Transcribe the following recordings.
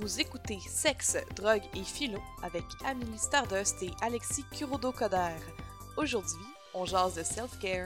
Vous écoutez Sexe, Drogue et Philo avec Amélie Stardust et Alexis Kurodo-Coder. Aujourd'hui, on jase de self-care.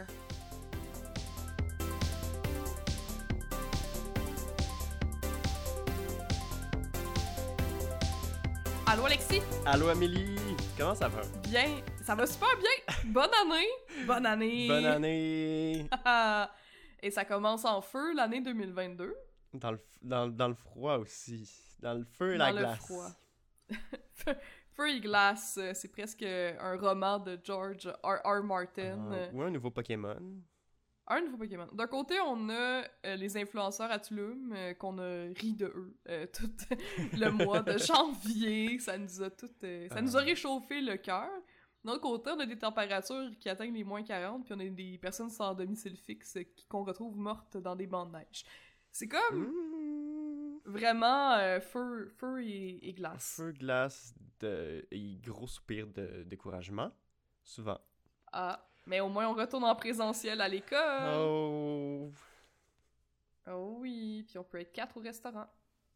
Allô Alexis? Allô Amélie! Comment ça va? Bien, ça va super bien! Bonne année! Bonne année! Bonne année! Et ça commence en feu l'année 2022. Dans le froid aussi. Dans le feu et la glace. Dans le froid. Feu et glace, c'est presque un roman de George R.R. Martin. Ou un nouveau Pokémon. Un nouveau Pokémon. D'un côté, on a les influenceurs à Tulum, qu'on a ri de eux tout le mois de janvier. Ça nous a ça nous a réchauffé le cœur. D'un autre côté, on a des températures qui atteignent les moins 40, puis on a des personnes sans domicile fixe qu'on retrouve mortes dans des bancs de neige. C'est comme vraiment feu et glace. Feu, glace et gros soupir de découragement. Souvent. Ah, mais au moins on retourne en présentiel à l'école. Oh! Oh oui, puis on peut être 4 au restaurant.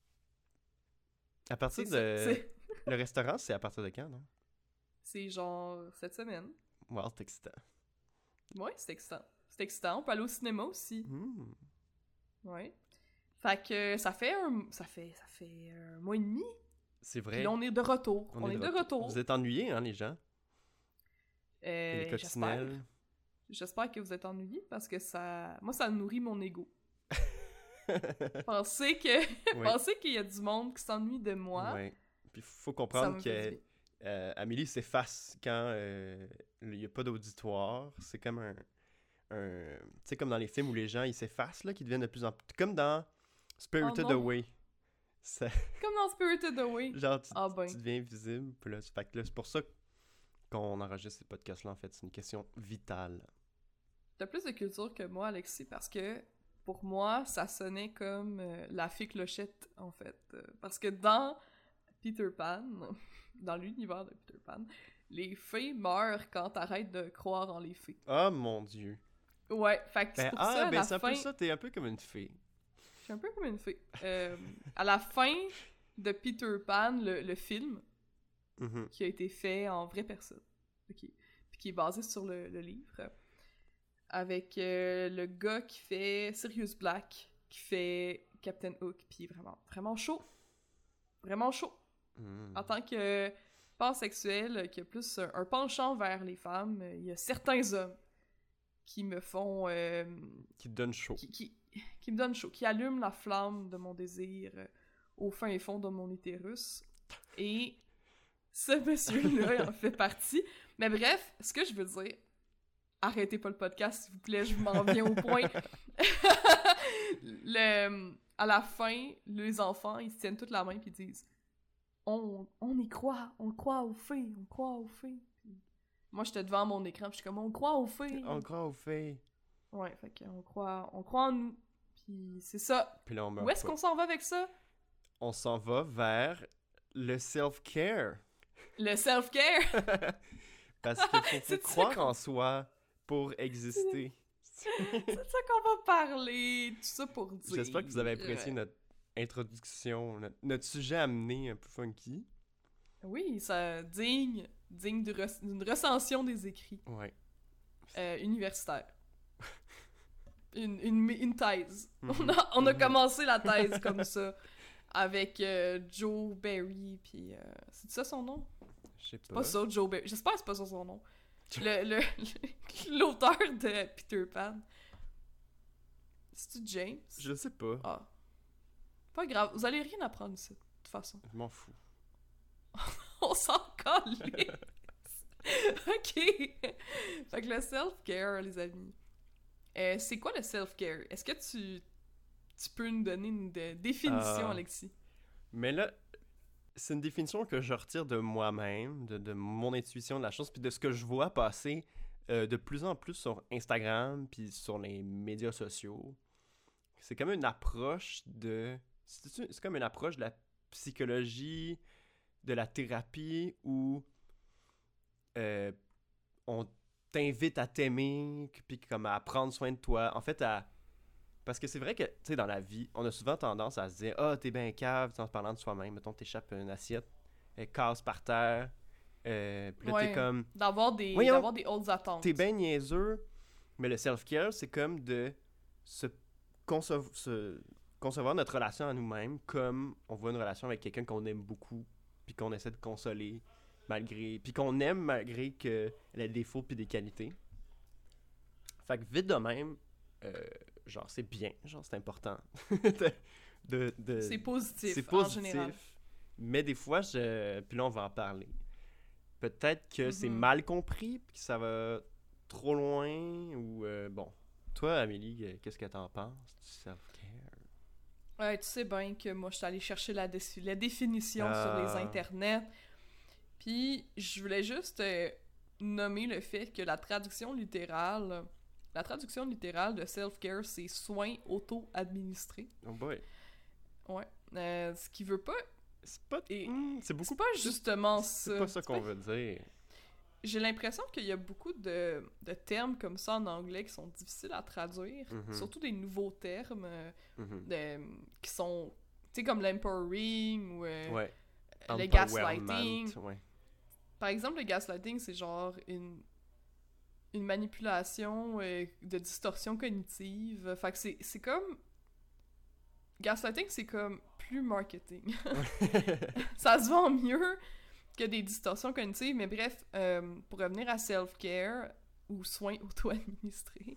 À partir C'est Le restaurant, c'est à partir de quand, non? C'est genre cette semaine. Wow, c'est excitant. Ouais, c'est excitant. C'est excitant. On peut aller au cinéma aussi. Mm. Ouais. Fait que ça fait un mois et demi. C'est vrai. Puis là, on est de retour. On est de retour. Vous êtes ennuyés, hein, les gens? Les coccinelles. J'espère que vous êtes ennuyés parce que moi, ça nourrit mon ego. Pensez qu'il y a du monde qui s'ennuie de moi. Ouais. Puis faut comprendre que Amélie s'efface quand il n'y a pas d'auditoire. C'est comme tu sais, comme dans les films où les gens ils s'effacent, là, qui deviennent de plus en plus. Comme dans Spirited Away. Comme dans Spirited Away. Genre, tu deviens visible. Puis là, fait que là, c'est pour ça qu'on enregistre ce podcast-là, en fait. C'est une question vitale. T'as plus de culture que moi, Alexis, parce que pour moi, ça sonnait comme la fée clochette, en fait. Parce que dans Peter Pan, dans l'univers de Peter Pan, les fées meurent quand t'arrêtes de croire en les fées. Oh mon Dieu! Ouais, fait que c'est pour ça, à la c'est un fin... peu ça, t'es un peu comme une fée. Je suis un peu comme une fée. À la fin de Peter Pan, le film, qui a été fait en vraie personne, puis qui est basé sur le livre, avec le gars qui fait Sirius Black, qui fait Captain Hook, puis vraiment chaud. Vraiment chaud. En tant que pansexuel, qui a plus un penchant vers les femmes, il y a certains hommes qui me font... qui te donnent chaud. Qui me donnent chaud, qui allument la flamme de mon désir au fin et fond de mon utérus. Et ce monsieur-là en fait partie. Mais bref, ce que je veux dire... Arrêtez pas le podcast, s'il vous plaît, je m'en viens au point. À la fin, les enfants, ils se tiennent toute la main puis ils disent on y croit, on croit aux fées, on croit aux fées. Puis moi, j'étais devant mon écran, puis je suis comme on croit aux fées. On croit aux fées. Ouais, fait qu'on croit en nous. Puis c'est ça. Puis là, on meurt. Où est-ce qu'on s'en va avec ça? On s'en va vers le self-care. Le self-care? Parce qu'il faut croire en soi pour exister. C'est de ça qu'on va parler, tout ça pour dire. J'espère que vous avez apprécié notre introduction, notre sujet amené un peu funky. Oui, ça digne d'une recension des écrits. Ouais. Universitaire. Une thèse. On a commencé la thèse comme ça, avec Joe Barry, puis... c'est ça son nom? Je sais pas. C'est pas ça, Joe Barry. J'espère que c'est pas ça son nom. L'auteur de Peter Pan. C'est-tu James? Je sais pas. Ah. Pas grave, vous allez rien apprendre ici, de toute façon. Je m'en fous. On s'en calisse. Ok. Fait que le self-care, les amis. C'est quoi le self-care? Est-ce que tu peux nous donner une définition, Alexis? Mais là, c'est une définition que je retire de moi-même, de mon intuition de la chose, puis de ce que je vois passer de plus en plus sur Instagram, puis sur les médias sociaux. C'est comme une approche de... C'est comme une approche de la psychologie, de la thérapie, où on t'invite à t'aimer, puis comme à prendre soin de toi. En fait, à Parce que c'est vrai que, tu sais, dans la vie, on a souvent tendance à se dire « Ah, t'es bien cave, en te parlant de soi-même. Mettons, t'échappes une assiette, elle casse par terre. Puis là, t'es comme... D'avoir des hautes attentes. T'es bien niaiseux. » Mais le self-care, c'est comme de se concevoir notre relation à nous-mêmes comme on voit une relation avec quelqu'un qu'on aime beaucoup, puis qu'on essaie de consoler, puis qu'on aime malgré qu'elle a des défauts puis des qualités. Fait que vite de même, genre, c'est bien, genre, c'est important. C'est positif, en général. Mais des fois, puis là, on va en parler. Peut-être que c'est mal compris, puis que ça va trop loin, ou bon. Toi, Amélie, qu'est-ce que t'en penses du self-care? Ouais, tu sais bien que moi, je suis allée chercher la définition sur les internets. Puis, je voulais juste nommer le fait que la traduction littérale de self-care, c'est soins auto-administrés. Oh boy. Ouais. Ce qui veut pas... C'est pas... c'est beaucoup... C'est pas justement ça. C'est pas ça qu'on veut dire. J'ai l'impression qu'il y a beaucoup de termes comme ça en anglais qui sont difficiles à traduire. Surtout des nouveaux termes qui sont... Tu sais, comme l'empowering ou le gaslighting. Ouais. Par exemple, le gaslighting, c'est genre une manipulation de distorsion cognitive. Fait que c'est comme... Gaslighting, c'est comme plus marketing. Ça se vend mieux que des distorsions cognitives, mais bref, pour revenir à self-care ou soins auto-administrés,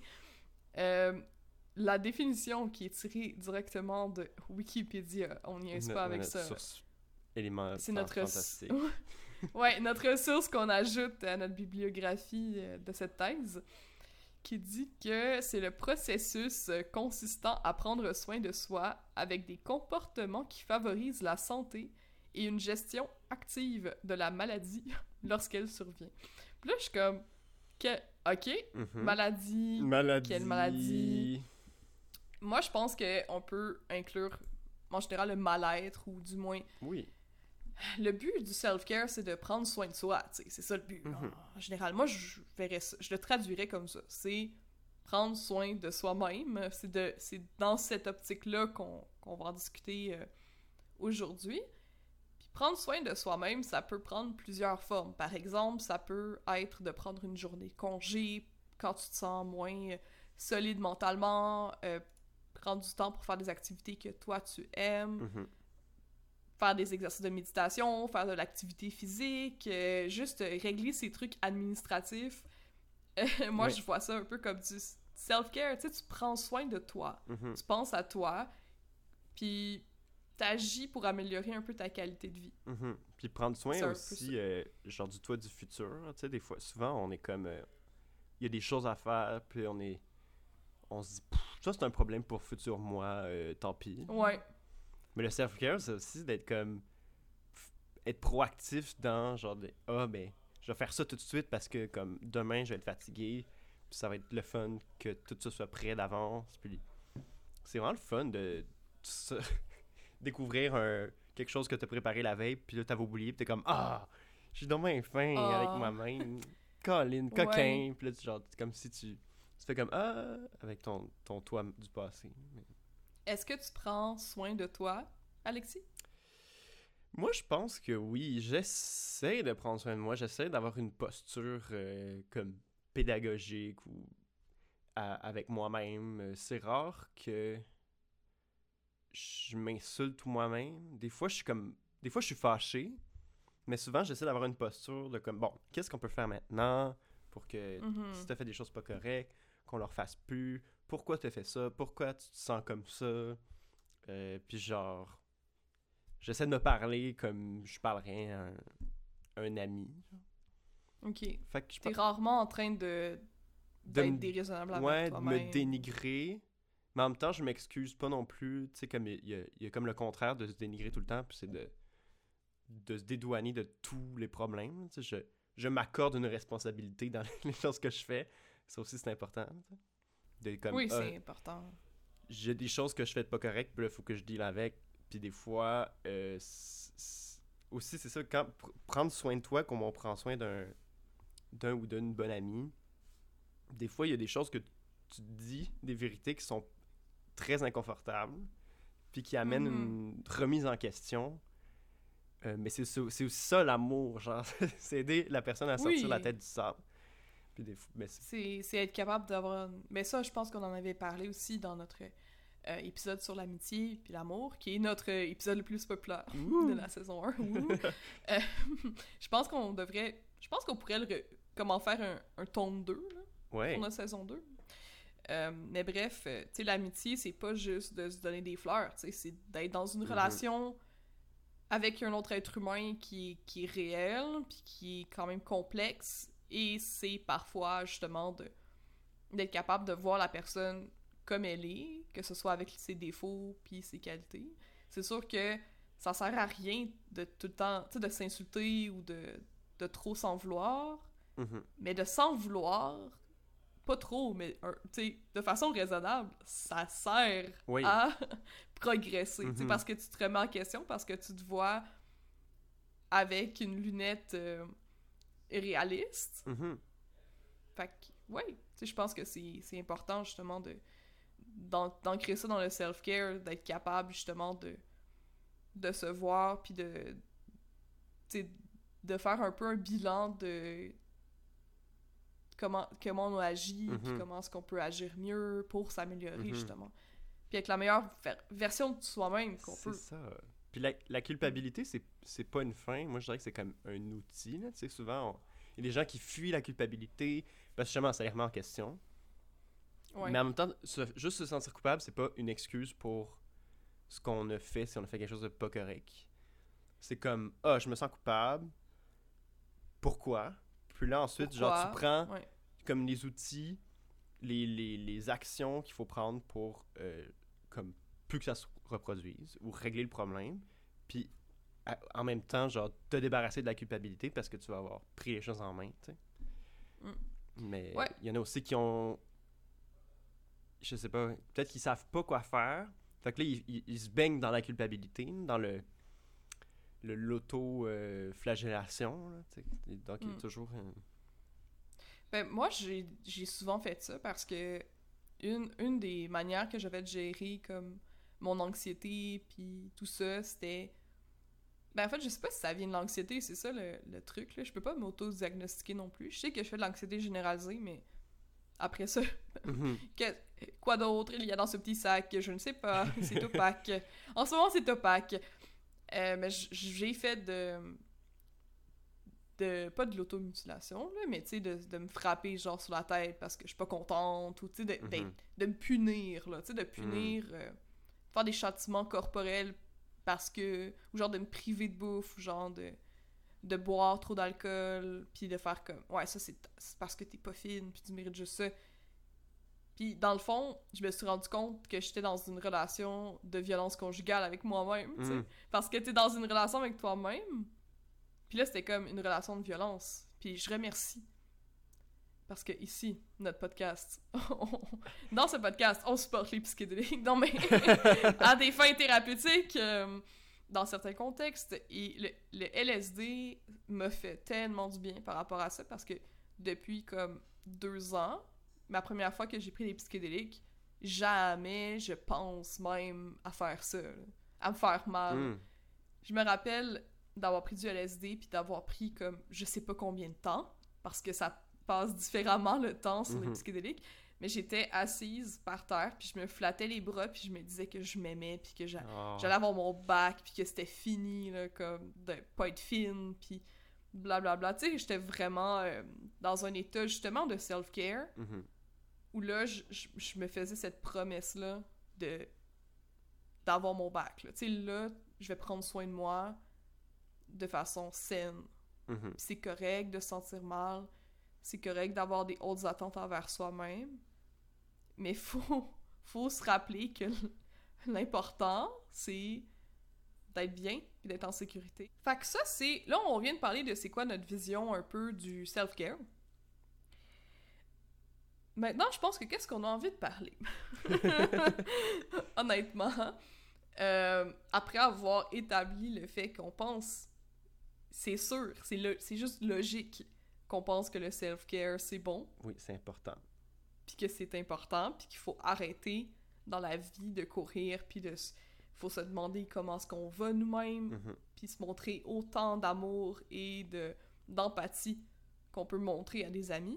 la définition qui est tirée directement de Wikipédia, on n'y est pas avec ça. C'est notre fantastique. Ouais, notre ressource qu'on ajoute à notre bibliographie de cette thèse, qui dit que c'est le processus consistant à prendre soin de soi avec des comportements qui favorisent la santé et une gestion active de la maladie lorsqu'elle survient. Puis là, je suis comme... Maladie... Quelle maladie? Moi, je pense qu'on peut inclure, en général, le mal-être, ou du moins... Oui. Le but du self-care, c'est de prendre soin de soi, tu sais, c'est ça le but. En général, moi, je le traduirais comme ça. C'est prendre soin de soi-même. C'est dans cette optique-là qu'on va en discuter aujourd'hui. Puis prendre soin de soi-même, ça peut prendre plusieurs formes. Par exemple, ça peut être de prendre une journée de congé quand tu te sens moins solide mentalement, prendre du temps pour faire des activités que toi, tu aimes, faire des exercices de méditation, faire de l'activité physique, juste régler ces trucs administratifs. Moi, je vois ça un peu comme du self-care. Tu sais, tu prends soin de toi, tu penses à toi, puis t'agis pour améliorer un peu ta qualité de vie. Puis prendre soin aussi, genre du toi du futur. Tu sais, des fois, souvent, on est comme... Il y a des choses à faire, puis on se dit, ça, c'est un problème pour futur moi, tant pis. Ouais. Mais le self-care, c'est aussi d'être comme... être proactif dans, genre, je vais faire ça tout de suite parce que, comme, demain, je vais être fatigué, puis ça va être le fun que tout ça soit prêt d'avance, puis c'est vraiment le fun de découvrir quelque chose que t'as préparé la veille, puis là, t'avais oublié, puis t'es comme, j'ai dommage faim avec moi-même, Colin, coquin, puis là, c'est comme si tu fais comme, avec ton toi du passé. Est-ce que tu prends soin de toi, Alexis? Moi, je pense que oui. J'essaie de prendre soin de moi. J'essaie d'avoir une posture comme pédagogique ou avec moi-même. C'est rare que je m'insulte moi-même. Des fois, je suis fâché, mais souvent, j'essaie d'avoir une posture de comme, bon, qu'est-ce qu'on peut faire maintenant pour que si t'as fait des choses pas correctes, qu'on leur fasse plus. Pourquoi t'as fait ça? Pourquoi tu te sens comme ça? Puis genre, j'essaie de me parler comme je parlerais à un ami. Ok. Fait que t'es rarement en train d'être déraisonnable avec toi-même. Ouais, de me dénigrer. Mais en même temps, je m'excuse pas non plus. Tu sais, comme il y a comme le contraire de se dénigrer tout le temps, puis c'est de se dédouaner de tous les problèmes. Tu sais, je m'accorde une responsabilité dans les choses que je fais. Ça aussi, c'est important. Oui, c'est important. J'ai des choses que je fais de pas correctes, puis là, il faut que je deal avec. Puis des fois, aussi, c'est ça, quand prendre soin de toi, comme on prend soin d'un ou d'une bonne amie, des fois, il y a des choses que tu dis, des vérités qui sont très inconfortables, puis qui amènent une remise en question. Mais c'est aussi ça, l'amour, genre, c'est aider la personne à sortir la tête du sable. Puis c'est être capable d'avoir... Mais ça, je pense qu'on en avait parlé aussi dans notre épisode sur l'amitié puis l'amour, qui est notre épisode le plus populaire de la saison 1. Je pense qu'on devrait... Je pense qu'on pourrait comment faire un tome 2 là, pour notre saison 2. Mais bref, tu sais, l'amitié, c'est pas juste de se donner des fleurs, tu sais, c'est d'être dans une relation avec un autre être humain qui est réel, puis qui est quand même complexe, et c'est parfois, justement, d'être capable de voir la personne comme elle est, que ce soit avec ses défauts puis ses qualités. C'est sûr que ça sert à rien de tout le temps, tu sais, de s'insulter ou de trop s'en vouloir, mais de s'en vouloir, pas trop, mais de façon raisonnable, ça sert à progresser. Parce que tu te remets en question, parce que tu te vois avec une lunette réaliste. Fait que, je pense que c'est important, justement, d'ancrer ça dans le self-care, d'être capable, justement, de se voir, puis de faire un peu un bilan de comment on agit, puis comment est-ce qu'on peut agir mieux pour s'améliorer, justement. Puis avec la meilleure version de soi-même qu'on peut. C'est ça. Puis la culpabilité, c'est pas une fin. Moi, je dirais que c'est comme un outil. Tu sais, souvent, il y a des gens qui fuient la culpabilité parce que justement, ça les remet en question. Mais en même temps, juste se sentir coupable, c'est pas une excuse pour ce qu'on a fait si on a fait quelque chose de pas correct. C'est comme, je me sens coupable. Pourquoi? Puis là, ensuite, genre, tu prends comme les outils, les actions qu'il faut prendre pour comme plus que ça se reproduise ou régler le problème. Puis en même temps, genre, te débarrasser de la culpabilité parce que tu vas avoir pris les choses en main, tu sais. Mais il y en a aussi qui ont... Je sais pas, peut-être qu'ils savent pas quoi faire. Fait que là, ils se baignent dans la culpabilité, dans l'auto-flagellation. Donc, il y a toujours... Ben, moi, j'ai souvent fait ça parce que une des manières que j'avais de gérer comme mon anxiété puis tout ça, c'était... Ben, en fait, je sais pas si ça vient de l'anxiété, c'est ça le truc, là. Je peux pas m'auto-diagnostiquer non plus. Je sais que je fais de l'anxiété généralisée, mais après ça, quoi d'autre il y a dans ce petit sac? Je ne sais pas. C'est opaque. En ce moment, c'est opaque. Mais j'ai fait pas de l'automutilation, là, mais tu sais, de me frapper genre sur la tête parce que je suis pas contente, ou tu sais, de me punir, là, tu sais, de punir, faire des châtiments corporels parce que, ou genre de me priver de bouffe, ou genre de boire trop d'alcool, puis de faire comme, ça c'est parce que t'es pas fine, puis tu mérites juste ça. Puis dans le fond, je me suis rendu compte que j'étais dans une relation de violence conjugale avec moi-même, tu sais, parce que t'es dans une relation avec toi-même. Puis là, c'était comme une relation de violence. Puis je remercie. Parce que ici, notre podcast, dans ce podcast, on supporte les psychédéliques. Non, mais à des fins thérapeutiques, dans certains contextes. Et le LSD m'a fait tellement du bien par rapport à ça, parce que depuis comme 2 ans, ma première fois que j'ai pris des psychédéliques, jamais je pense même à faire ça, là, à me faire mal. Je me rappelle d'avoir pris du LSD puis d'avoir pris comme je sais pas combien de temps, parce que ça passe différemment le temps sur les psychédéliques, mais j'étais assise par terre puis je me flattais les bras puis je me disais que je m'aimais puis que j'allais avoir mon bac puis que c'était fini, là, comme de pas être fine puis blablabla. Tu sais, j'étais vraiment dans un état justement de self-care où là je me faisais cette promesse-là d'avoir mon bac, là. Tu sais, là, je vais prendre soin de moi de façon saine. C'est correct de se sentir mal, c'est correct d'avoir des hautes attentes envers soi-même, mais faut se rappeler que l'important, c'est d'être bien et d'être en sécurité. Fait que ça, c'est... Là, on vient de parler de c'est quoi notre vision un peu du self-care. Maintenant, je pense que qu'est-ce qu'on a envie de parler? Honnêtement. Après avoir établi le fait qu'on pense... C'est sûr, c'est juste logique qu'on pense que le self-care, c'est bon. Oui, c'est important. Puis que c'est important, puis qu'il faut arrêter dans la vie de courir, puis faut se demander comment est-ce qu'on va nous-mêmes, puis se montrer autant d'amour et d'empathie qu'on peut montrer à des amis.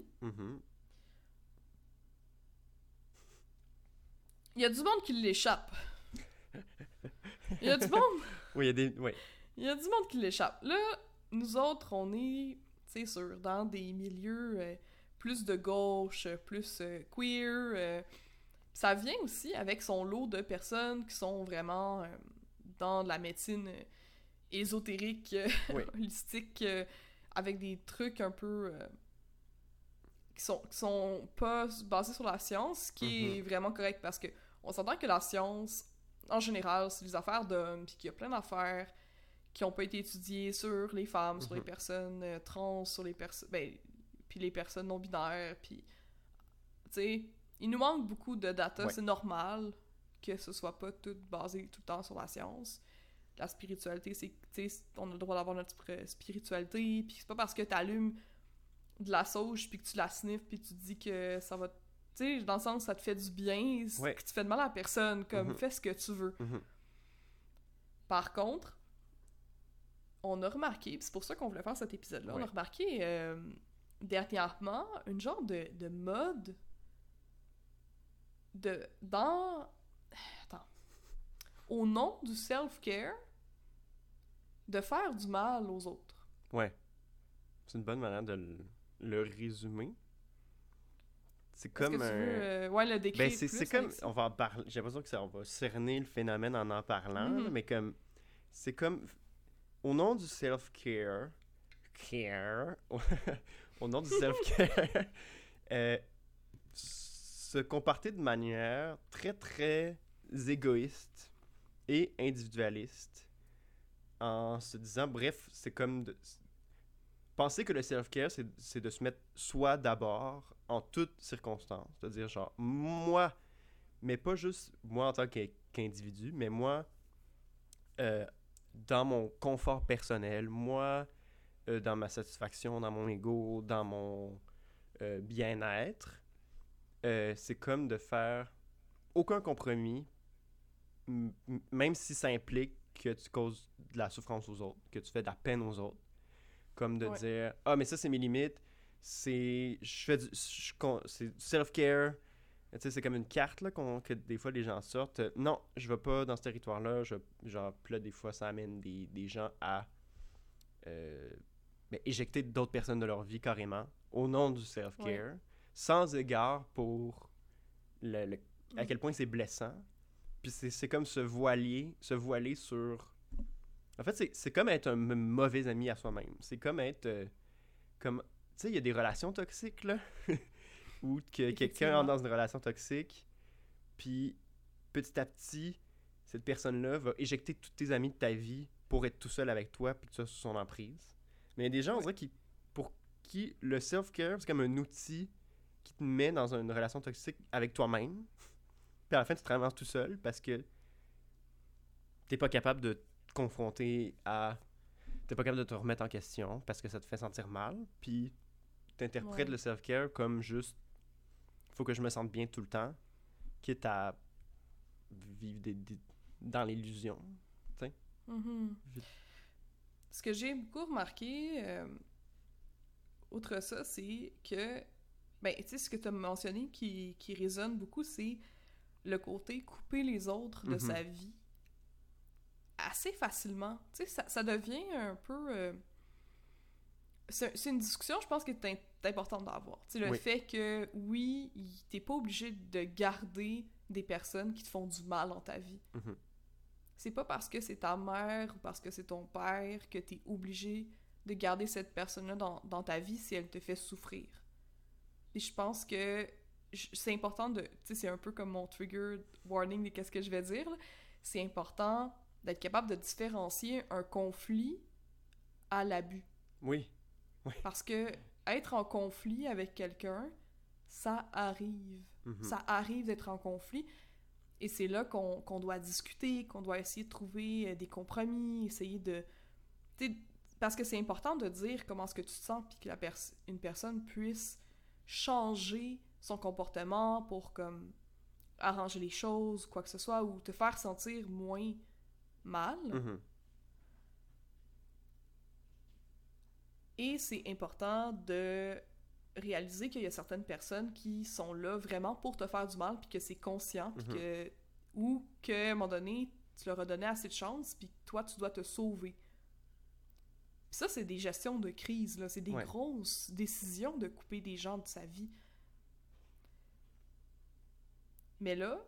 Il y a du monde qui l'échappe. Il y a du monde... Oui, Il y a du monde qui l'échappe. Là, nous autres, on est, c'est sûr, dans des milieux plus de gauche, plus queer. Ça vient aussi avec son lot de personnes qui sont vraiment dans la médecine ésotérique, holistique, avec des trucs un peu qui sont pas basés sur la science, ce qui est vraiment correct parce que on s'entend que la science, en général, c'est des affaires d'hommes, puis qu'il y a plein d'affaires qui ont pas été étudiées sur les femmes, sur les personnes trans, sur les personnes... puis les personnes non-binaires, puis... Tu sais, il nous manque beaucoup de data, c'est normal que ce soit pas tout basé tout le temps sur la science. La spiritualité, c'est... Tu sais, on a le droit d'avoir notre spiritualité, puis c'est pas parce que t'allumes de la sauge, puis que tu la sniffes, puis tu te dis que ça va... Tu sais, dans le sens, ça te fait du bien, que tu fais de mal à la personne, comme, fais ce que tu veux. Par contre, on a remarqué, puis c'est pour ça qu'on voulait faire cet épisode-là, on a remarqué dernièrement une genre de mode au nom du self-care, de faire du mal aux autres. Ouais. C'est une bonne manière de le résumer. C'est comme... Est-ce que tu veux le décrire plus? C'est comme... On va en parler... J'ai l'impression que on va cerner le phénomène en parlant, là, mais comme... C'est comme... Au nom du self-care... au nom du self-care... se comporter de manière très, très égoïste et individualiste en se disant... Bref, c'est comme... Penser que le self-care, c'est de se mettre soi d'abord en toutes circonstances. C'est-à-dire, genre, moi, mais pas juste moi en tant qu'individu, mais moi, dans mon confort personnel, moi, dans ma satisfaction, dans mon ego, dans mon bien-être, c'est comme de faire aucun compromis, même si ça implique que tu causes de la souffrance aux autres, que tu fais de la peine aux autres. Comme de dire « Ah, mais ça, c'est mes limites. C'est self-care. » Tu sais, c'est comme une carte là, que des fois, les gens sortent. Non, je vais pas dans ce territoire-là. Genre, puis là, des fois, ça amène des gens à éjecter d'autres personnes de leur vie carrément au nom du self-care, sans égard pour à quel point c'est blessant. Puis c'est comme se voiler sur... En fait, c'est comme être un mauvais ami à soi-même. C'est comme être... comme tu sais, il y a des relations toxiques, là, où que quelqu'un entre dans une relation toxique, puis petit à petit, cette personne-là va éjecter tous tes amis de ta vie pour être tout seul avec toi, puis que tu sois sous son emprise. Mais il y a des gens, on dirait, pour qui le self-care, c'est comme un outil qui te met dans une relation toxique avec toi-même, puis à la fin, tu te ramasses tout seul parce que t'es pas capable de confronté à... T'es pas capable de te remettre en question parce que ça te fait sentir mal, puis t'interprètes le self-care comme juste faut que je me sente bien tout le temps, quitte à vivre dans l'illusion, tu sais. Ce que j'ai beaucoup remarqué, outre ça, c'est que, tu sais, ce que tu as mentionné qui résonne beaucoup, c'est le côté couper les autres de sa vie assez facilement. Tu sais, ça devient un peu... c'est une discussion, je pense, qui est importante d'avoir. Tu sais, le fait que, oui, t'es pas obligé de garder des personnes qui te font du mal dans ta vie. C'est pas parce que c'est ta mère ou parce que c'est ton père que t'es obligé de garder cette personne-là dans ta vie si elle te fait souffrir. Et je pense que c'est important de... Tu sais, c'est un peu comme mon trigger warning de qu'est-ce que je vais dire, là. C'est important d'être capable de différencier un conflit à l'abus. Oui. Parce que être en conflit avec quelqu'un, ça arrive. Ça arrive d'être en conflit. Et c'est là qu'on doit discuter, qu'on doit essayer de trouver des compromis, essayer de... Parce que c'est important de dire comment est-ce que tu te sens, puis que une personne puisse changer son comportement pour comme arranger les choses, quoi que ce soit, ou te faire sentir moins mal. Mhm. Et c'est important de réaliser qu'il y a certaines personnes qui sont là vraiment pour te faire du mal, puis que c'est conscient, puis que... ou qu'à un moment donné, tu leur as donné assez de chance, puis toi, tu dois te sauver. Puis ça, c'est des gestions de crise, là. C'est des grosses décisions de couper des gens de sa vie. Mais là...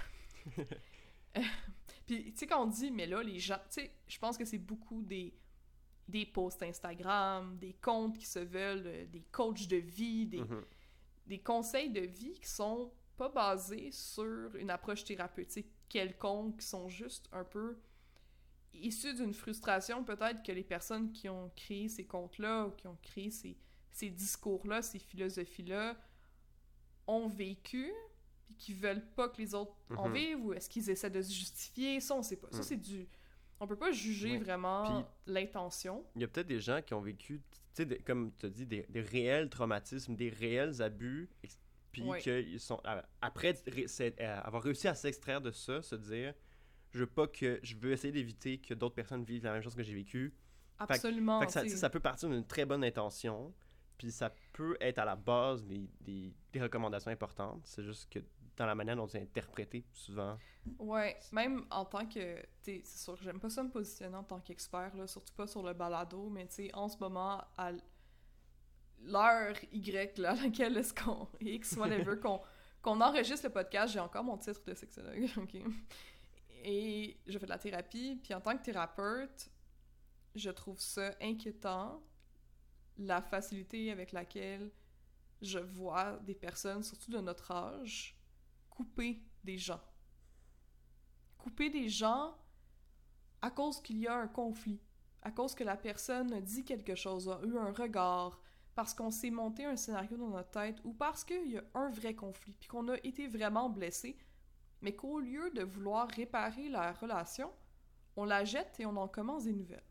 Puis, tu sais, quand on dit « mais là, les gens... » Tu sais, je pense que c'est beaucoup des posts Instagram, des comptes qui se veulent, des coachs de vie, des conseils de vie qui sont pas basés sur une approche thérapeutique quelconque, qui sont juste un peu issus d'une frustration peut-être que les personnes qui ont créé ces comptes-là, ou qui ont créé ces discours-là, ces philosophies-là, ont vécu, puis qui veulent pas que les autres en vivent, ou est-ce qu'ils essaient de se justifier? Ça, on sait pas. Ça, c'est du... On peut pas juger vraiment l'intention. Il y a peut-être des gens qui ont vécu, tu sais, comme tu as dit, des réels traumatismes, des réels abus, puis qu'ils sont, après avoir réussi à s'extraire de ça, se dire, je veux essayer d'éviter que d'autres personnes vivent la même chose que j'ai vécu. Absolument. Fait que ça peut partir d'une très bonne intention, puis ça peut être à la base des recommandations importantes. C'est juste que dans la manière dont c'est interprété, souvent. Ouais, même en tant que... C'est sûr que j'aime pas ça me positionner en tant qu'expert, là, surtout pas sur le balado, mais tu sais, en ce moment, à l'heure Y, là, à laquelle est-ce qu'on... X, whatever, qu'on enregistre le podcast, j'ai encore mon titre de sexologue, ok? Et je fais de la thérapie, puis en tant que thérapeute, je trouve ça inquiétant, la facilité avec laquelle je vois des personnes, surtout de notre âge, couper des gens. Couper des gens à cause qu'il y a un conflit, à cause que la personne a dit quelque chose, a eu un regard, parce qu'on s'est monté un scénario dans notre tête, ou parce qu'il y a un vrai conflit, puis qu'on a été vraiment blessé, mais qu'au lieu de vouloir réparer la relation, on la jette et on en commence des nouvelles.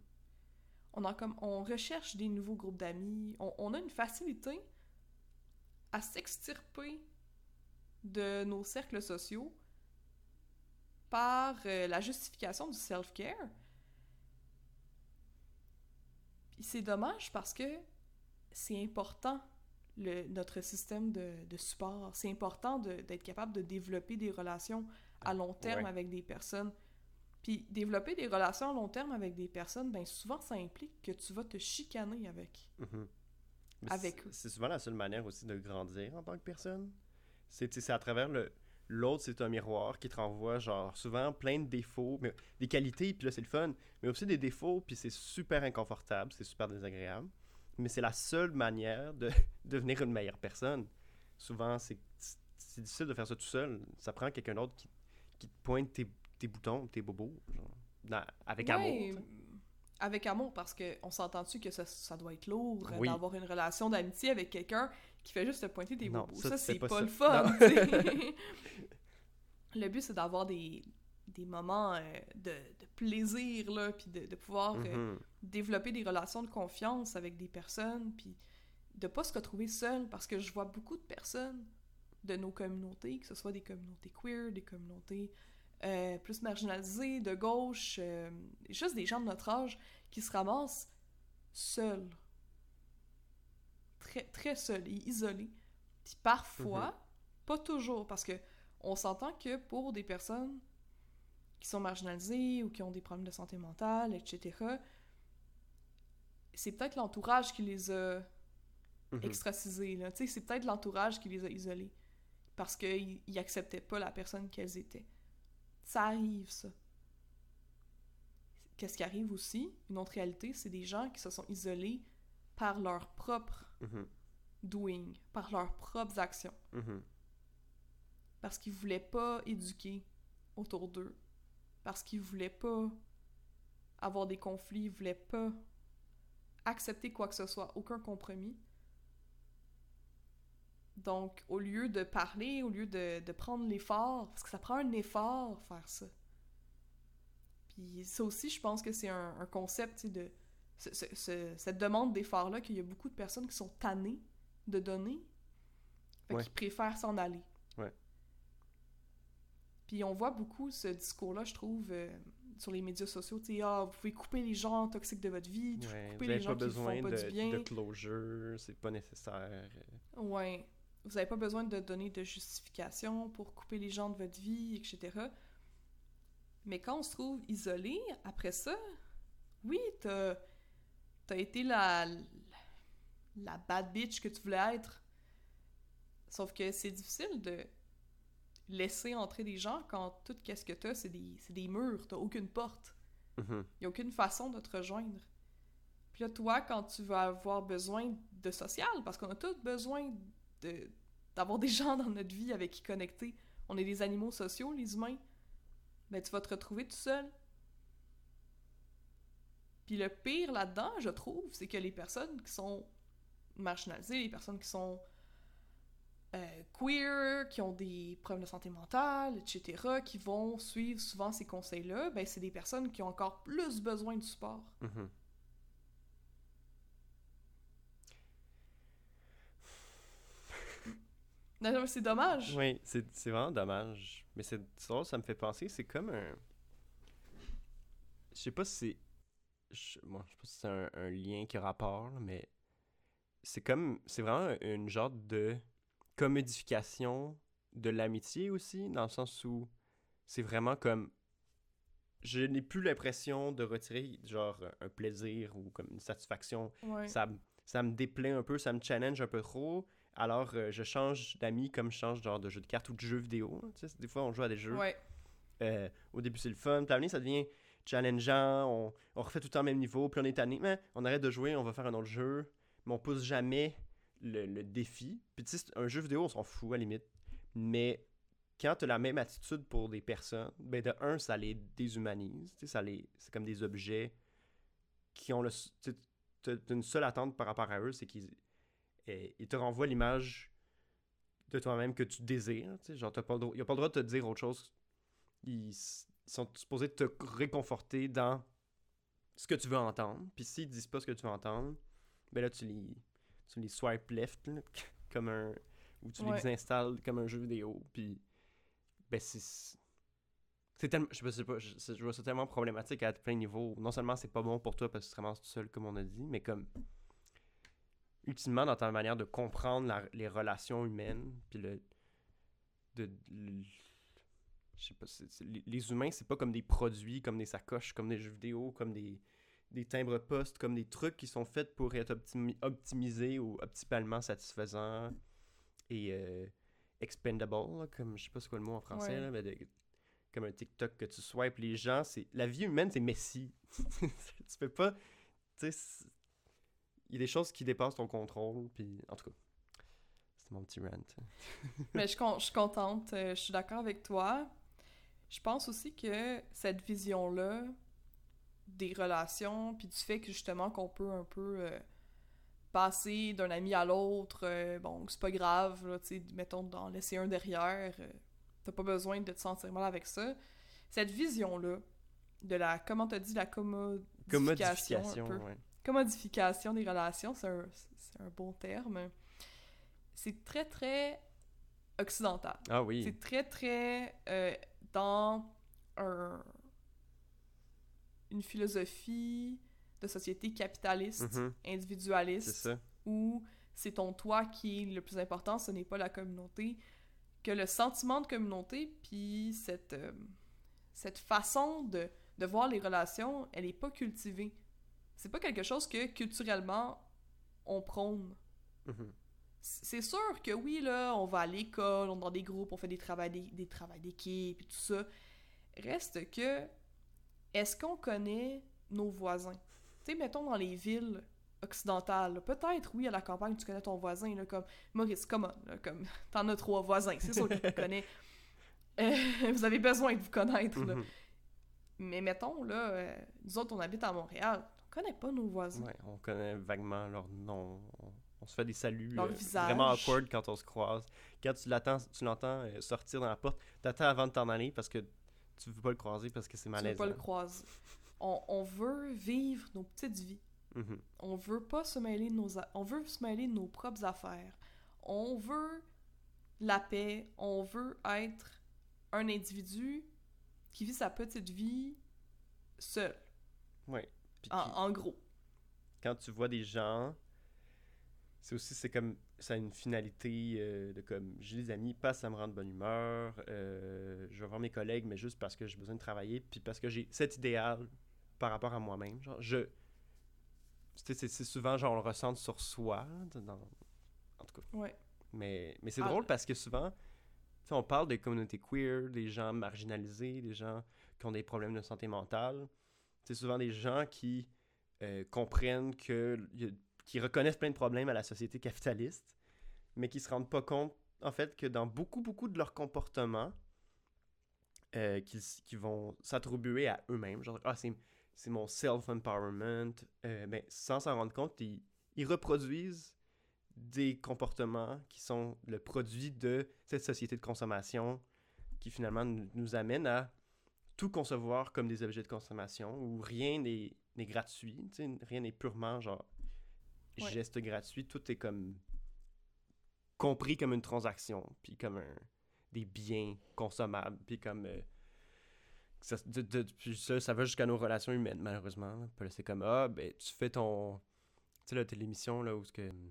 On recherche des nouveaux groupes d'amis, on a une facilité à s'extirper de nos cercles sociaux par la justification du self-care. Puis c'est dommage parce que c'est important, notre système de support. C'est important d'être capable de développer des relations à long terme avec des personnes. Puis développer des relations à long terme avec des personnes, ben souvent ça implique que tu vas te chicaner avec. Avec eux. C'est souvent la seule manière aussi de grandir en tant que personne. C'est à travers l'autre, c'est un miroir qui te renvoie genre souvent plein de défauts, mais des qualités, puis là c'est le fun, mais aussi des défauts, puis c'est super inconfortable, c'est super désagréable. Mais c'est la seule manière de devenir une meilleure personne. Souvent, c'est difficile de faire ça tout seul. Ça prend quelqu'un d'autre qui te pointe tes boutons, tes bobos, genre, avec amour. Avec amour, parce qu'on s'entend-tu que ça doit être lourd d'avoir une relation d'amitié avec quelqu'un qui fait juste te pointer tes bobos. Ça c'est pas le fun. Le but, c'est d'avoir des moments de plaisir, là, puis de pouvoir développer des relations de confiance avec des personnes, puis de pas se retrouver seul, parce que je vois beaucoup de personnes de nos communautés, que ce soit des communautés queer, des communautés plus marginalisées, de gauche, juste des gens de notre âge qui se ramassent seuls. Très, très seuls et isolés. Puis parfois, pas toujours, parce que on s'entend que pour des personnes qui sont marginalisées ou qui ont des problèmes de santé mentale, etc., c'est peut-être l'entourage qui les a extracisés, là. Tu sais, c'est peut-être l'entourage qui les a isolés parce qu'ils acceptaient pas la personne qu'elles étaient. Ça arrive, ça. Qu'est-ce qui arrive aussi? Une autre réalité, c'est des gens qui se sont isolés par leur propre doing, par leurs propres actions. Parce qu'ils voulaient pas éduquer autour d'eux. Parce qu'ils voulaient pas avoir des conflits, ils voulaient pas accepter quoi que ce soit, aucun compromis. Donc, au lieu de parler, au lieu de prendre l'effort, parce que ça prend un effort faire ça. Puis ça aussi, je pense que c'est un concept de cette demande d'effort-là, qu'il y a beaucoup de personnes qui sont tannées de donner, fait qu'ils préfèrent s'en aller. Ouais. Puis on voit beaucoup ce discours-là, je trouve, sur les médias sociaux. Tu sais, vous pouvez couper les gens toxiques de votre vie, couper les gens qui vous font pas du bien. De closure, c'est pas nécessaire. Ouais. Vous avez pas besoin de donner de justification pour couper les gens de votre vie, etc. Mais quand on se trouve isolé, après ça, oui, t'as été la bad bitch que tu voulais être. Sauf que c'est difficile de laisser entrer des gens quand tout ce que t'as, c'est des murs, t'as aucune porte. Y a aucune façon de te rejoindre. Puis là, toi, quand tu vas avoir besoin de social, parce qu'on a tous besoin d'avoir des gens dans notre vie avec qui connecter. On est des animaux sociaux, les humains. Ben, tu vas te retrouver tout seul. Puis le pire là-dedans, je trouve, c'est que les personnes qui sont marginalisées, les personnes qui sont queer, qui ont des problèmes de santé mentale, etc., qui vont suivre souvent ces conseils-là, ben c'est des personnes qui ont encore plus besoin de support. Non, c'est dommage. Oui, c'est vraiment dommage. Mais c'est drôle, ça me fait penser, c'est comme un... Je sais pas si c'est... Bon, je sais pas si c'est un lien qui a rapport, mais c'est vraiment une genre de commodification de l'amitié aussi, dans le sens où c'est vraiment comme... Je n'ai plus l'impression de retirer genre un plaisir ou comme une satisfaction. Ouais. Ça me déplaît un peu, ça me challenge un peu trop. Alors, je change d'amis comme je change genre de jeu de cartes ou de jeux vidéo. Tu sais, des fois, on joue à des jeux. Ouais. Au début, c'est le fun. Puis à l'avenir, ça devient challengeant. On refait tout le temps le même niveau. Puis on est tanné. Mais on arrête de jouer, on va faire un autre jeu. Mais on pousse jamais le défi. Puis tu sais, un jeu vidéo, on s'en fout à la limite. Mais quand tu as la même attitude pour des personnes, ben de un, ça les déshumanise. Tu sais, c'est comme des objets qui ont t'as une seule attente par rapport à eux, c'est qu'ils te renvoient l'image de toi-même que tu désires. Tu sais, genre, il n'y a pas le droit de te dire autre chose. Ils sont supposés te réconforter dans ce que tu veux entendre. Puis s'ils disent pas ce que tu veux entendre, ben là, tu les swipe left, là, comme un... ou tu les installes comme un jeu vidéo. Puis, ben c'est tellement... Je vois ça tellement problématique à plein de niveaux. Non seulement c'est pas bon pour toi parce que tu te ramasses tout seul, comme on a dit, mais comme... ultimement, dans ta manière de comprendre les relations humaines, puis je sais pas, les humains, c'est pas comme des produits, comme des sacoches, comme des jeux vidéo, comme des timbres-poste, comme des trucs qui sont faits pour être optimisés ou optimalement satisfaisants et expendable, là, comme, je sais pas c'est quoi le mot en français, là, mais comme un TikTok que tu swipes les gens, la vie humaine, c'est messy. Tu peux pas, tu sais, il y a des choses qui dépassent ton contrôle, puis en tout cas, c'est mon petit rant. Mais je suis contente, je suis d'accord avec toi. Je pense aussi que cette vision-là des relations, puis du fait que justement qu'on peut un peu passer d'un ami à l'autre, bon, c'est pas grave, là, tu sais, mettons d'en laisser un derrière, t'as pas besoin de te sentir mal avec ça. Cette vision-là, de la, comment t'as dit, la commodification un peu. Ouais. Commodification des relations, c'est un bon terme. C'est très, très occidental. Ah oui. C'est très, très dans une philosophie de société capitaliste, individualiste, où c'est ton toi qui est le plus important, ce n'est pas la communauté, que le sentiment de communauté, puis cette façon de voir les relations, elle est pas cultivée. C'est pas quelque chose que, culturellement, on prône. C'est sûr que oui, là, on va à l'école, on est dans des groupes, on fait des travails d'équipe et tout ça. Reste que, est-ce qu'on connaît nos voisins? Tu sais, mettons dans les villes occidentales, là, peut-être, oui, à la campagne, tu connais ton voisin, là, comme Maurice, come on, là, comme t'en as 3 voisins, c'est sûr que tu connais. Vous avez besoin de vous connaître, là. Mais mettons, là, nous autres, on habite à Montréal, on connaît pas nos voisins. Ouais, on connaît vaguement leur nom. On se fait des saluts visage. Vraiment awkward quand on se croise. Quand tu l'entends sortir dans la porte, t'attends avant de t'en aller parce que tu veux pas le croiser parce que c'est malaisant. Tu veux pas le croiser. On veut vivre nos petites vies. On veut pas se mêler on veut se mêler de nos propres affaires. On veut la paix. On veut être un individu qui vit sa petite vie seul. Ouais. En gros. Quand tu vois des gens, c'est comme, ça a une finalité de comme, j'ai des amis, pas ça me rend de bonne humeur, je vais voir mes collègues, mais juste parce que j'ai besoin de travailler, puis parce que j'ai cet idéal par rapport à moi-même. Genre, c'est souvent, genre, on le ressent sur soi, en tout cas. Ouais. Mais c'est drôle parce que souvent, on parle des communautés queer, des gens marginalisés, des gens qui ont des problèmes de santé mentale. C'est souvent des gens qui comprennent qui reconnaissent plein de problèmes à la société capitaliste, mais qui se rendent pas compte, en fait, que dans beaucoup, beaucoup de leurs comportements, qui vont s'attribuer à eux-mêmes, genre, c'est mon self-empowerment, mais sans s'en rendre compte, ils reproduisent des comportements qui sont le produit de cette société de consommation qui finalement nous amène à tout concevoir comme des objets de consommation où rien n'est gratuit, rien n'est purement genre geste gratuit, tout est comme compris comme une transaction, puis comme des biens consommables, puis comme puis ça va jusqu'à nos relations humaines malheureusement. Puis là, c'est comme tu fais ton, tu sais là t'as l'émission là où ce que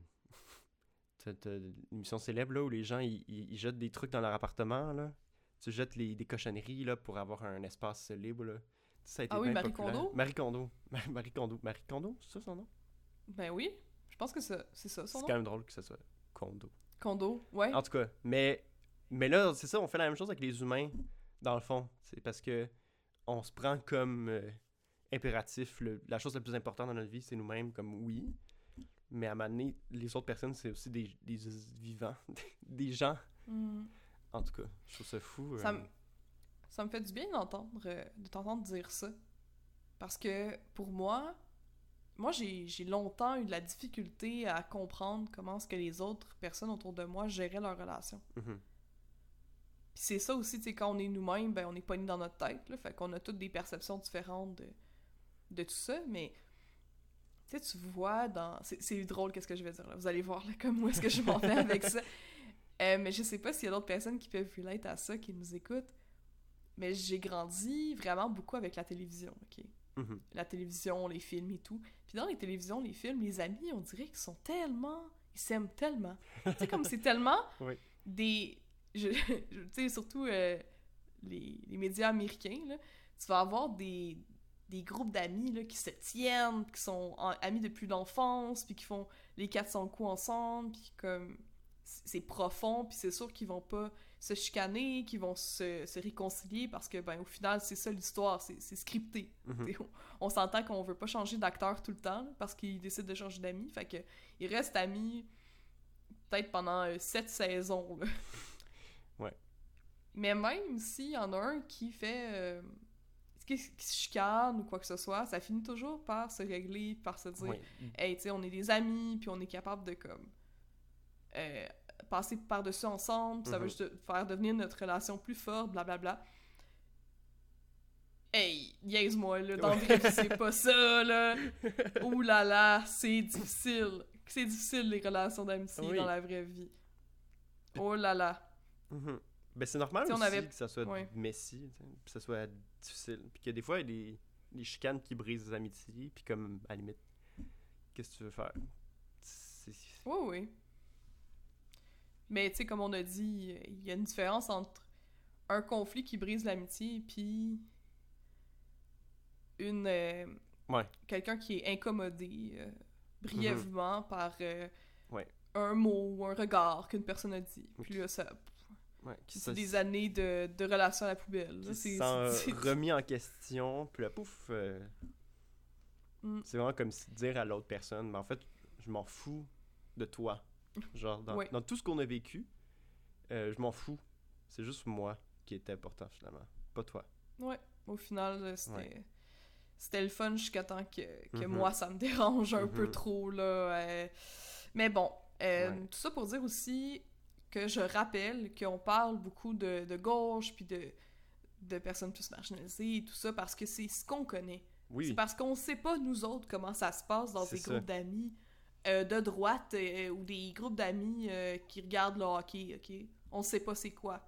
t'as l'émission célèbre là où les gens ils jettent des trucs dans leur appartement là. Tu jettes des cochonneries là pour avoir un espace libre là. Ça a été bien Marie populaire. Kondo? Marie Kondo, c'est ça son nom? Ben oui, je pense que c'est ça son nom. C'est quand même drôle que ça soit Kondo. Kondo, ouais. En tout cas, mais là, c'est ça, on fait la même chose avec les humains, dans le fond. C'est parce que on se prend comme impératif. La chose la plus importante dans notre vie, c'est nous-mêmes, comme oui. Mais à un moment donné, les autres personnes, c'est aussi des vivants, des gens. Mm. En tout cas, je trouve ça fou. Ça me fait du bien de t'entendre dire ça. Parce que pour moi j'ai longtemps eu de la difficulté à comprendre comment est-ce que les autres personnes autour de moi géraient leurs relations. Mm-hmm. Puis c'est ça aussi, tu sais, quand on est nous-mêmes, ben on est pogné dans notre tête, là, fait qu'on a toutes des perceptions différentes de tout ça, mais tu sais, tu vois dans... C'est drôle qu'est-ce que je vais dire, là. Vous allez voir, là, comme où est-ce que je m'en vais avec ça. Mais je sais pas s'il y a d'autres personnes qui peuvent relate à ça, qui nous écoutent, mais j'ai grandi vraiment beaucoup avec la télévision, OK? Mm-hmm. La télévision, les films et tout. Puis dans les télévisions, les films, les amis, on dirait qu'ils sont tellement... Ils s'aiment tellement. Tu sais, comme c'est tellement oui. tu sais, surtout les médias américains, là, tu vas avoir des groupes d'amis là, qui se tiennent, qui sont amis depuis l'enfance, puis qui font les 400 coups ensemble, puis comme... C'est profond, puis c'est sûr qu'ils vont pas se chicaner, qu'ils vont se réconcilier, parce que, ben, au final, c'est ça l'histoire, c'est scripté. Mm-hmm. On s'entend qu'on veut pas changer d'acteur tout le temps, là, parce qu'ils décident de changer d'amis, fait que ils restent amis peut-être pendant 7 saisons, là. Ouais. Mais même s'il y en a un qui fait... qui se chicane ou quoi que ce soit, ça finit toujours par se régler, par se dire « Hey, tu sais, on est des amis, puis on est capable de, comme... passer par-dessus ensemble, ça va juste faire devenir notre relation plus forte, blablabla. » Hey, niaise-moi, là, dans le vrai, c'est pas ça, là. Ouh là là, c'est difficile. C'est difficile, les relations d'amitié dans la vraie vie. Oh là là. Mm-hmm. Ben, c'est normal aussi que ça soit messy, que ça soit difficile. Puis que des fois, il y a des chicanes qui brisent les amitiés, puis comme, à la limite, qu'est-ce que tu veux faire? Oui. Mais tu sais, comme on a dit, il y a une différence entre un conflit qui brise l'amitié puis quelqu'un qui est incommodé brièvement par un mot ou un regard qu'une personne a dit. Puis là, ça... c'est des années de relations à la poubelle. Là. C'est remis en question, puis là, pouf... C'est vraiment comme si dire à l'autre personne, mais en fait, je m'en fous de toi. Genre, dans tout ce qu'on a vécu, je m'en fous. C'est juste moi qui est important, finalement. Pas toi. Ouais, au final, c'était le fun jusqu'à temps que moi, ça me dérange un peu trop, là. Mais bon, tout ça pour dire aussi que je rappelle qu'on parle beaucoup de gauche, puis de personnes plus marginalisées et tout ça, parce que c'est ce qu'on connaît. Oui. C'est parce qu'on sait pas, nous autres, comment ça se passe dans des groupes d'amis de droite ou des groupes d'amis qui regardent le hockey, OK? On sait pas c'est quoi.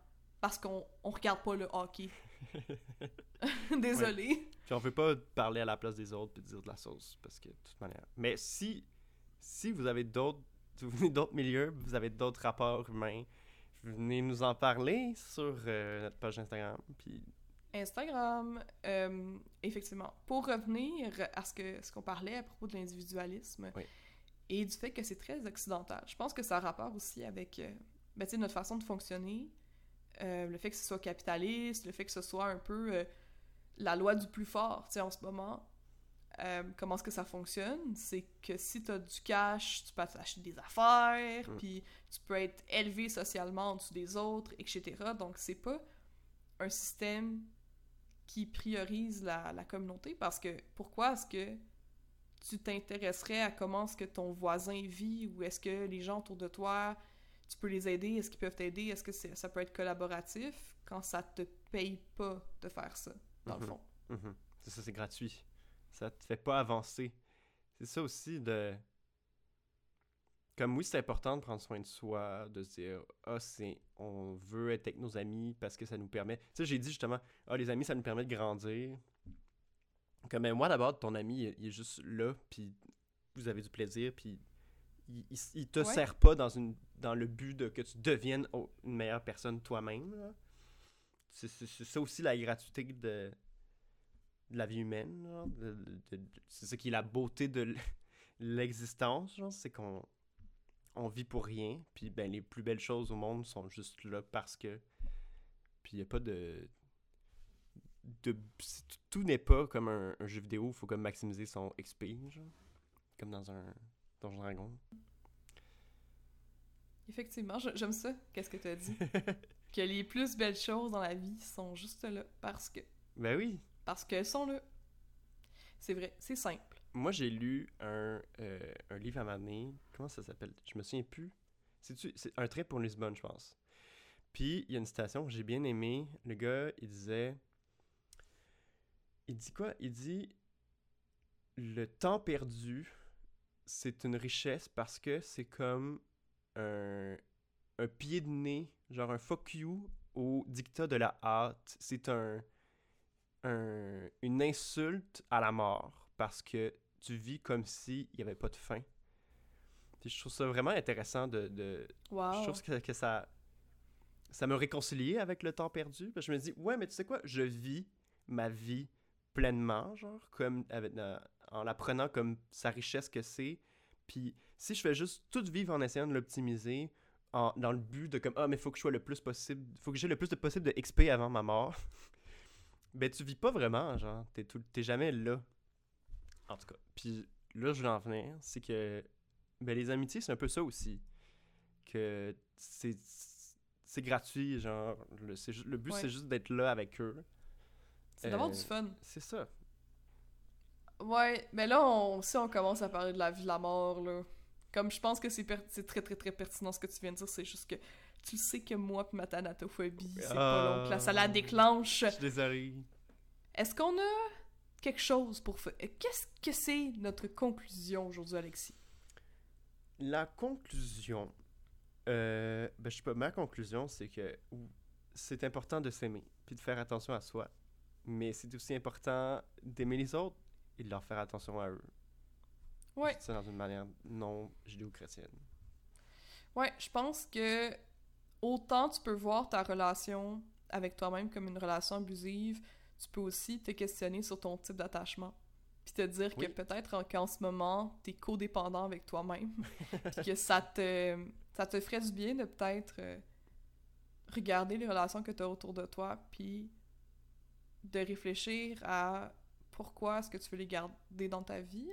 parce qu'on regarde pas le hockey. Désolé. Ouais. Puis on veut pas parler à la place des autres puis dire de la sauce, parce que de toute manière. Mais si vous avez vous venez d'autres milieux, vous avez d'autres rapports humains, venez nous en parler sur notre page Instagram. Puis Instagram, effectivement. Pour revenir à ce qu'on parlait à propos de l'individualisme oui. et du fait que c'est très occidental, je pense que ça a rapport aussi avec notre façon de fonctionner, le fait que ce soit capitaliste, le fait que ce soit un peu la loi du plus fort, tu sais, en ce moment. Comment est-ce que ça fonctionne? C'est que si t'as du cash, tu peux acheter des affaires, puis tu peux être élevé socialement en dessous des autres, etc. Donc, c'est pas un système qui priorise la communauté, parce que pourquoi est-ce que tu t'intéresserais à comment est-ce que ton voisin vit, ou est-ce que les gens autour de toi, tu peux les aider, est-ce qu'ils peuvent t'aider, est-ce que ça peut être collaboratif quand ça te paye pas de faire ça, dans le fond. C'est ça, c'est gratuit. Ça te fait pas avancer. C'est ça aussi de... Comme oui, c'est important de prendre soin de soi, de se dire « Ah, on veut être avec nos amis parce que ça nous permet... » Tu sais, j'ai dit justement « Ah, les amis, ça nous permet de grandir. » Comme moi, d'abord, ton ami, il est juste là, puis vous avez du plaisir, puis il te sert pas dans le but de que tu deviennes une meilleure personne toi-même. Là. C'est ça aussi la gratuité de la vie humaine. Là. C'est ça qui est la beauté de l'existence, genre, c'est qu'on vit pour rien, puis ben, les plus belles choses au monde sont juste là parce que... Puis il n'y a pas tout n'est pas comme un jeu vidéo, il faut comme maximiser son XP, genre, comme dans un Donjon Dragon. Effectivement, j'aime ça, qu'est-ce que tu as dit. Que les plus belles choses dans la vie sont juste là, parce que... Ben oui! Parce qu'elles sont là. C'est vrai, c'est simple. Moi, j'ai lu un livre à ma année. Comment ça s'appelle? Je me souviens plus. C'est Un trait pour Lisbonne, je pense. Puis, il y a une citation que j'ai bien aimée. Le gars, il disait... Il dit quoi? Il dit... Le temps perdu, c'est une richesse parce que c'est comme un pied de nez, genre un fuck you au dictat de la hâte. C'est une insulte à la mort parce que tu vis comme s'il n'y avait pas de fin. Puis je trouve ça vraiment intéressant Wow. Je trouve que ça me réconciliait avec le temps perdu. Parce que je me dis, ouais, mais tu sais quoi, je vis ma vie pleinement, genre, comme en la prenant comme sa richesse que c'est. Puis si je fais juste tout vivre en essayant de l'optimiser, dans le but de comme, mais faut que je sois le plus possible, faut que j'ai le plus de possible de XP avant ma mort. Ben, tu vis pas vraiment, genre. T'es jamais là. En tout cas. Puis là, je voulais en venir. C'est que... Ben, les amitiés, c'est un peu ça aussi. Que c'est gratuit, genre. Le but, c'est juste d'être là avec eux. C'est d'avoir du fun. C'est ça. Ouais, mais là, on commence à parler de la vie, de la mort, là. Comme je pense que c'est très, très, très pertinent ce que tu viens de dire. C'est juste que tu sais que moi pis ma thanatophobie, c'est pas long que ça la déclenche. Je suis désolé. Est-ce qu'on a quelque chose pour faire... Qu'est-ce que c'est notre conclusion aujourd'hui, Alexis? La conclusion... ben, je sais pas, ma conclusion, c'est que c'est important de s'aimer puis de faire attention à soi. Mais c'est aussi important d'aimer les autres et de leur faire attention à eux. Ouais. Je dis ça dans une manière non judéo-chrétienne. Ouais, je pense que autant tu peux voir ta relation avec toi-même comme une relation abusive, tu peux aussi te questionner sur ton type d'attachement. Puis te dire que peut-être qu'en ce moment, t'es codépendant avec toi-même. Puis que ça te ferait du bien de peut-être regarder les relations que t'as autour de toi, puis de réfléchir à pourquoi est-ce que tu veux les garder dans ta vie,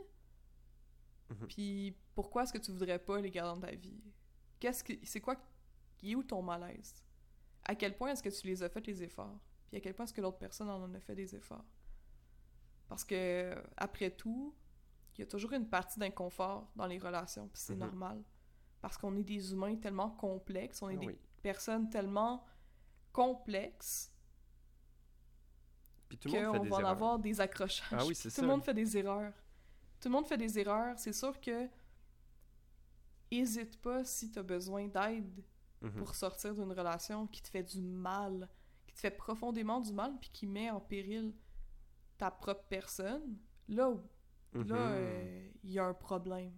puis pourquoi est-ce que tu voudrais pas les garder dans ta vie. C'est quoi, il est où ton malaise? À quel point est-ce que tu les as fait les efforts? Puis à quel point est-ce que l'autre personne en a fait des efforts? Parce que, après tout, il y a toujours une partie d'inconfort dans les relations, puis c'est normal. Parce qu'on est des humains tellement complexes, on est des personnes tellement complexes, puis tout le monde fait des qu'on va en erreurs. avoir des accrochages. Ah oui, c'est tout le monde fait des erreurs. Tout le monde fait des erreurs. C'est sûr que hésite pas si t'as besoin d'aide pour sortir d'une relation qui te fait du mal, qui te fait profondément du mal, puis qui met en péril ta propre personne, là, il y a un problème.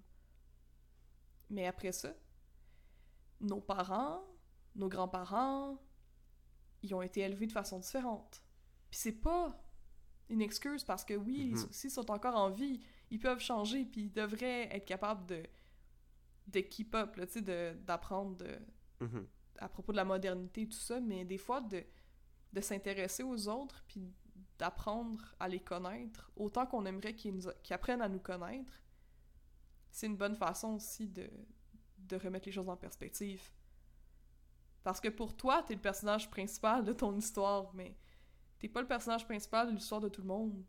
Mais après ça, nos parents, nos grands-parents, ils ont été élevés de façon différente. Puis c'est pas une excuse parce que oui, s'ils sont encore en vie, ils peuvent changer, puis ils devraient être capables de keep up, là, tu sais, d'apprendre à propos de la modernité et tout ça, mais des fois, de s'intéresser aux autres, puis d'apprendre à les connaître, autant qu'on aimerait qu'ils apprennent à nous connaître, c'est une bonne façon aussi de remettre les choses en perspective. Parce que pour toi, t'es le personnage principal de ton histoire, mais t'es pas le personnage principal de l'histoire de tout le monde.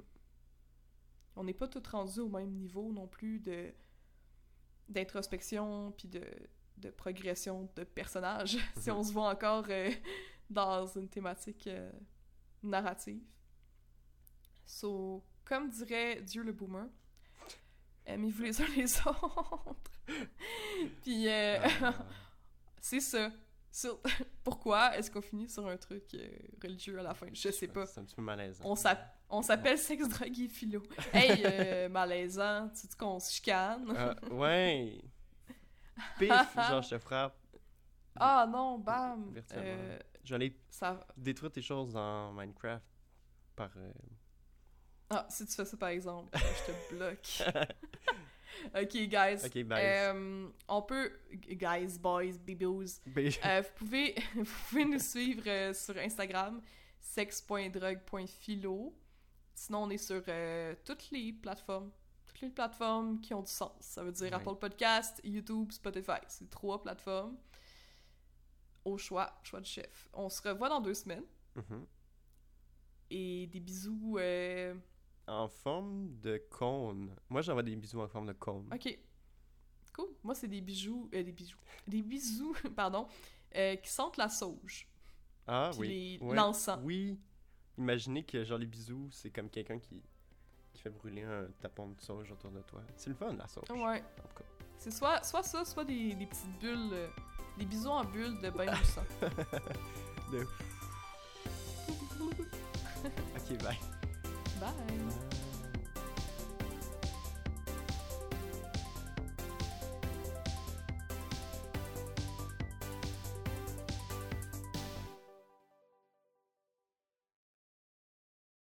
On n'est pas tous rendus au même niveau non plus d'introspection puis de progression de personnage, si on se voit encore dans une thématique narrative. So, comme dirait Dieu le boomer, aimez-vous les uns les autres. Puis c'est ça. Pourquoi est-ce qu'on finit sur un truc religieux à la fin? Je sais pas. C'est un petit peu malaisant. On s'appelle Sexe, drogue et philo. Hey, malaisant, tu dis qu'on se chicane? Ouais! Pif! Genre, je te frappe. Ah non, bam! J'allais détruire tes choses dans Minecraft par... Ah, si tu fais ça par exemple, je te bloque. Ok, guys. Ok, bye. On peut... Guys, boys, bibos. Vous pouvez nous suivre sur Instagram, sex.drogue.philo. Sinon, on est sur toutes les plateformes. Toutes les plateformes qui ont du sens. Ça veut dire Apple Podcast, YouTube, Spotify. C'est 3 plateformes. Au choix du chef. On se revoit dans 2 semaines. Et des bisous... En forme de cône. Moi, j'envoie des bisous en forme de cône. Ok. Cool. Moi, c'est des bisous... Des bisous, pardon, qui sentent la sauge. Ah, puis l'encens. Oui. Imaginez que, genre, les bisous, c'est comme quelqu'un qui fait brûler un tapon de sauge autour de toi. C'est le fun, la sauge. Ouais. En tout cas. C'est soit ça, soit des petites bulles... des bisous en bulles de bain moussant. Ok, bye. Bye.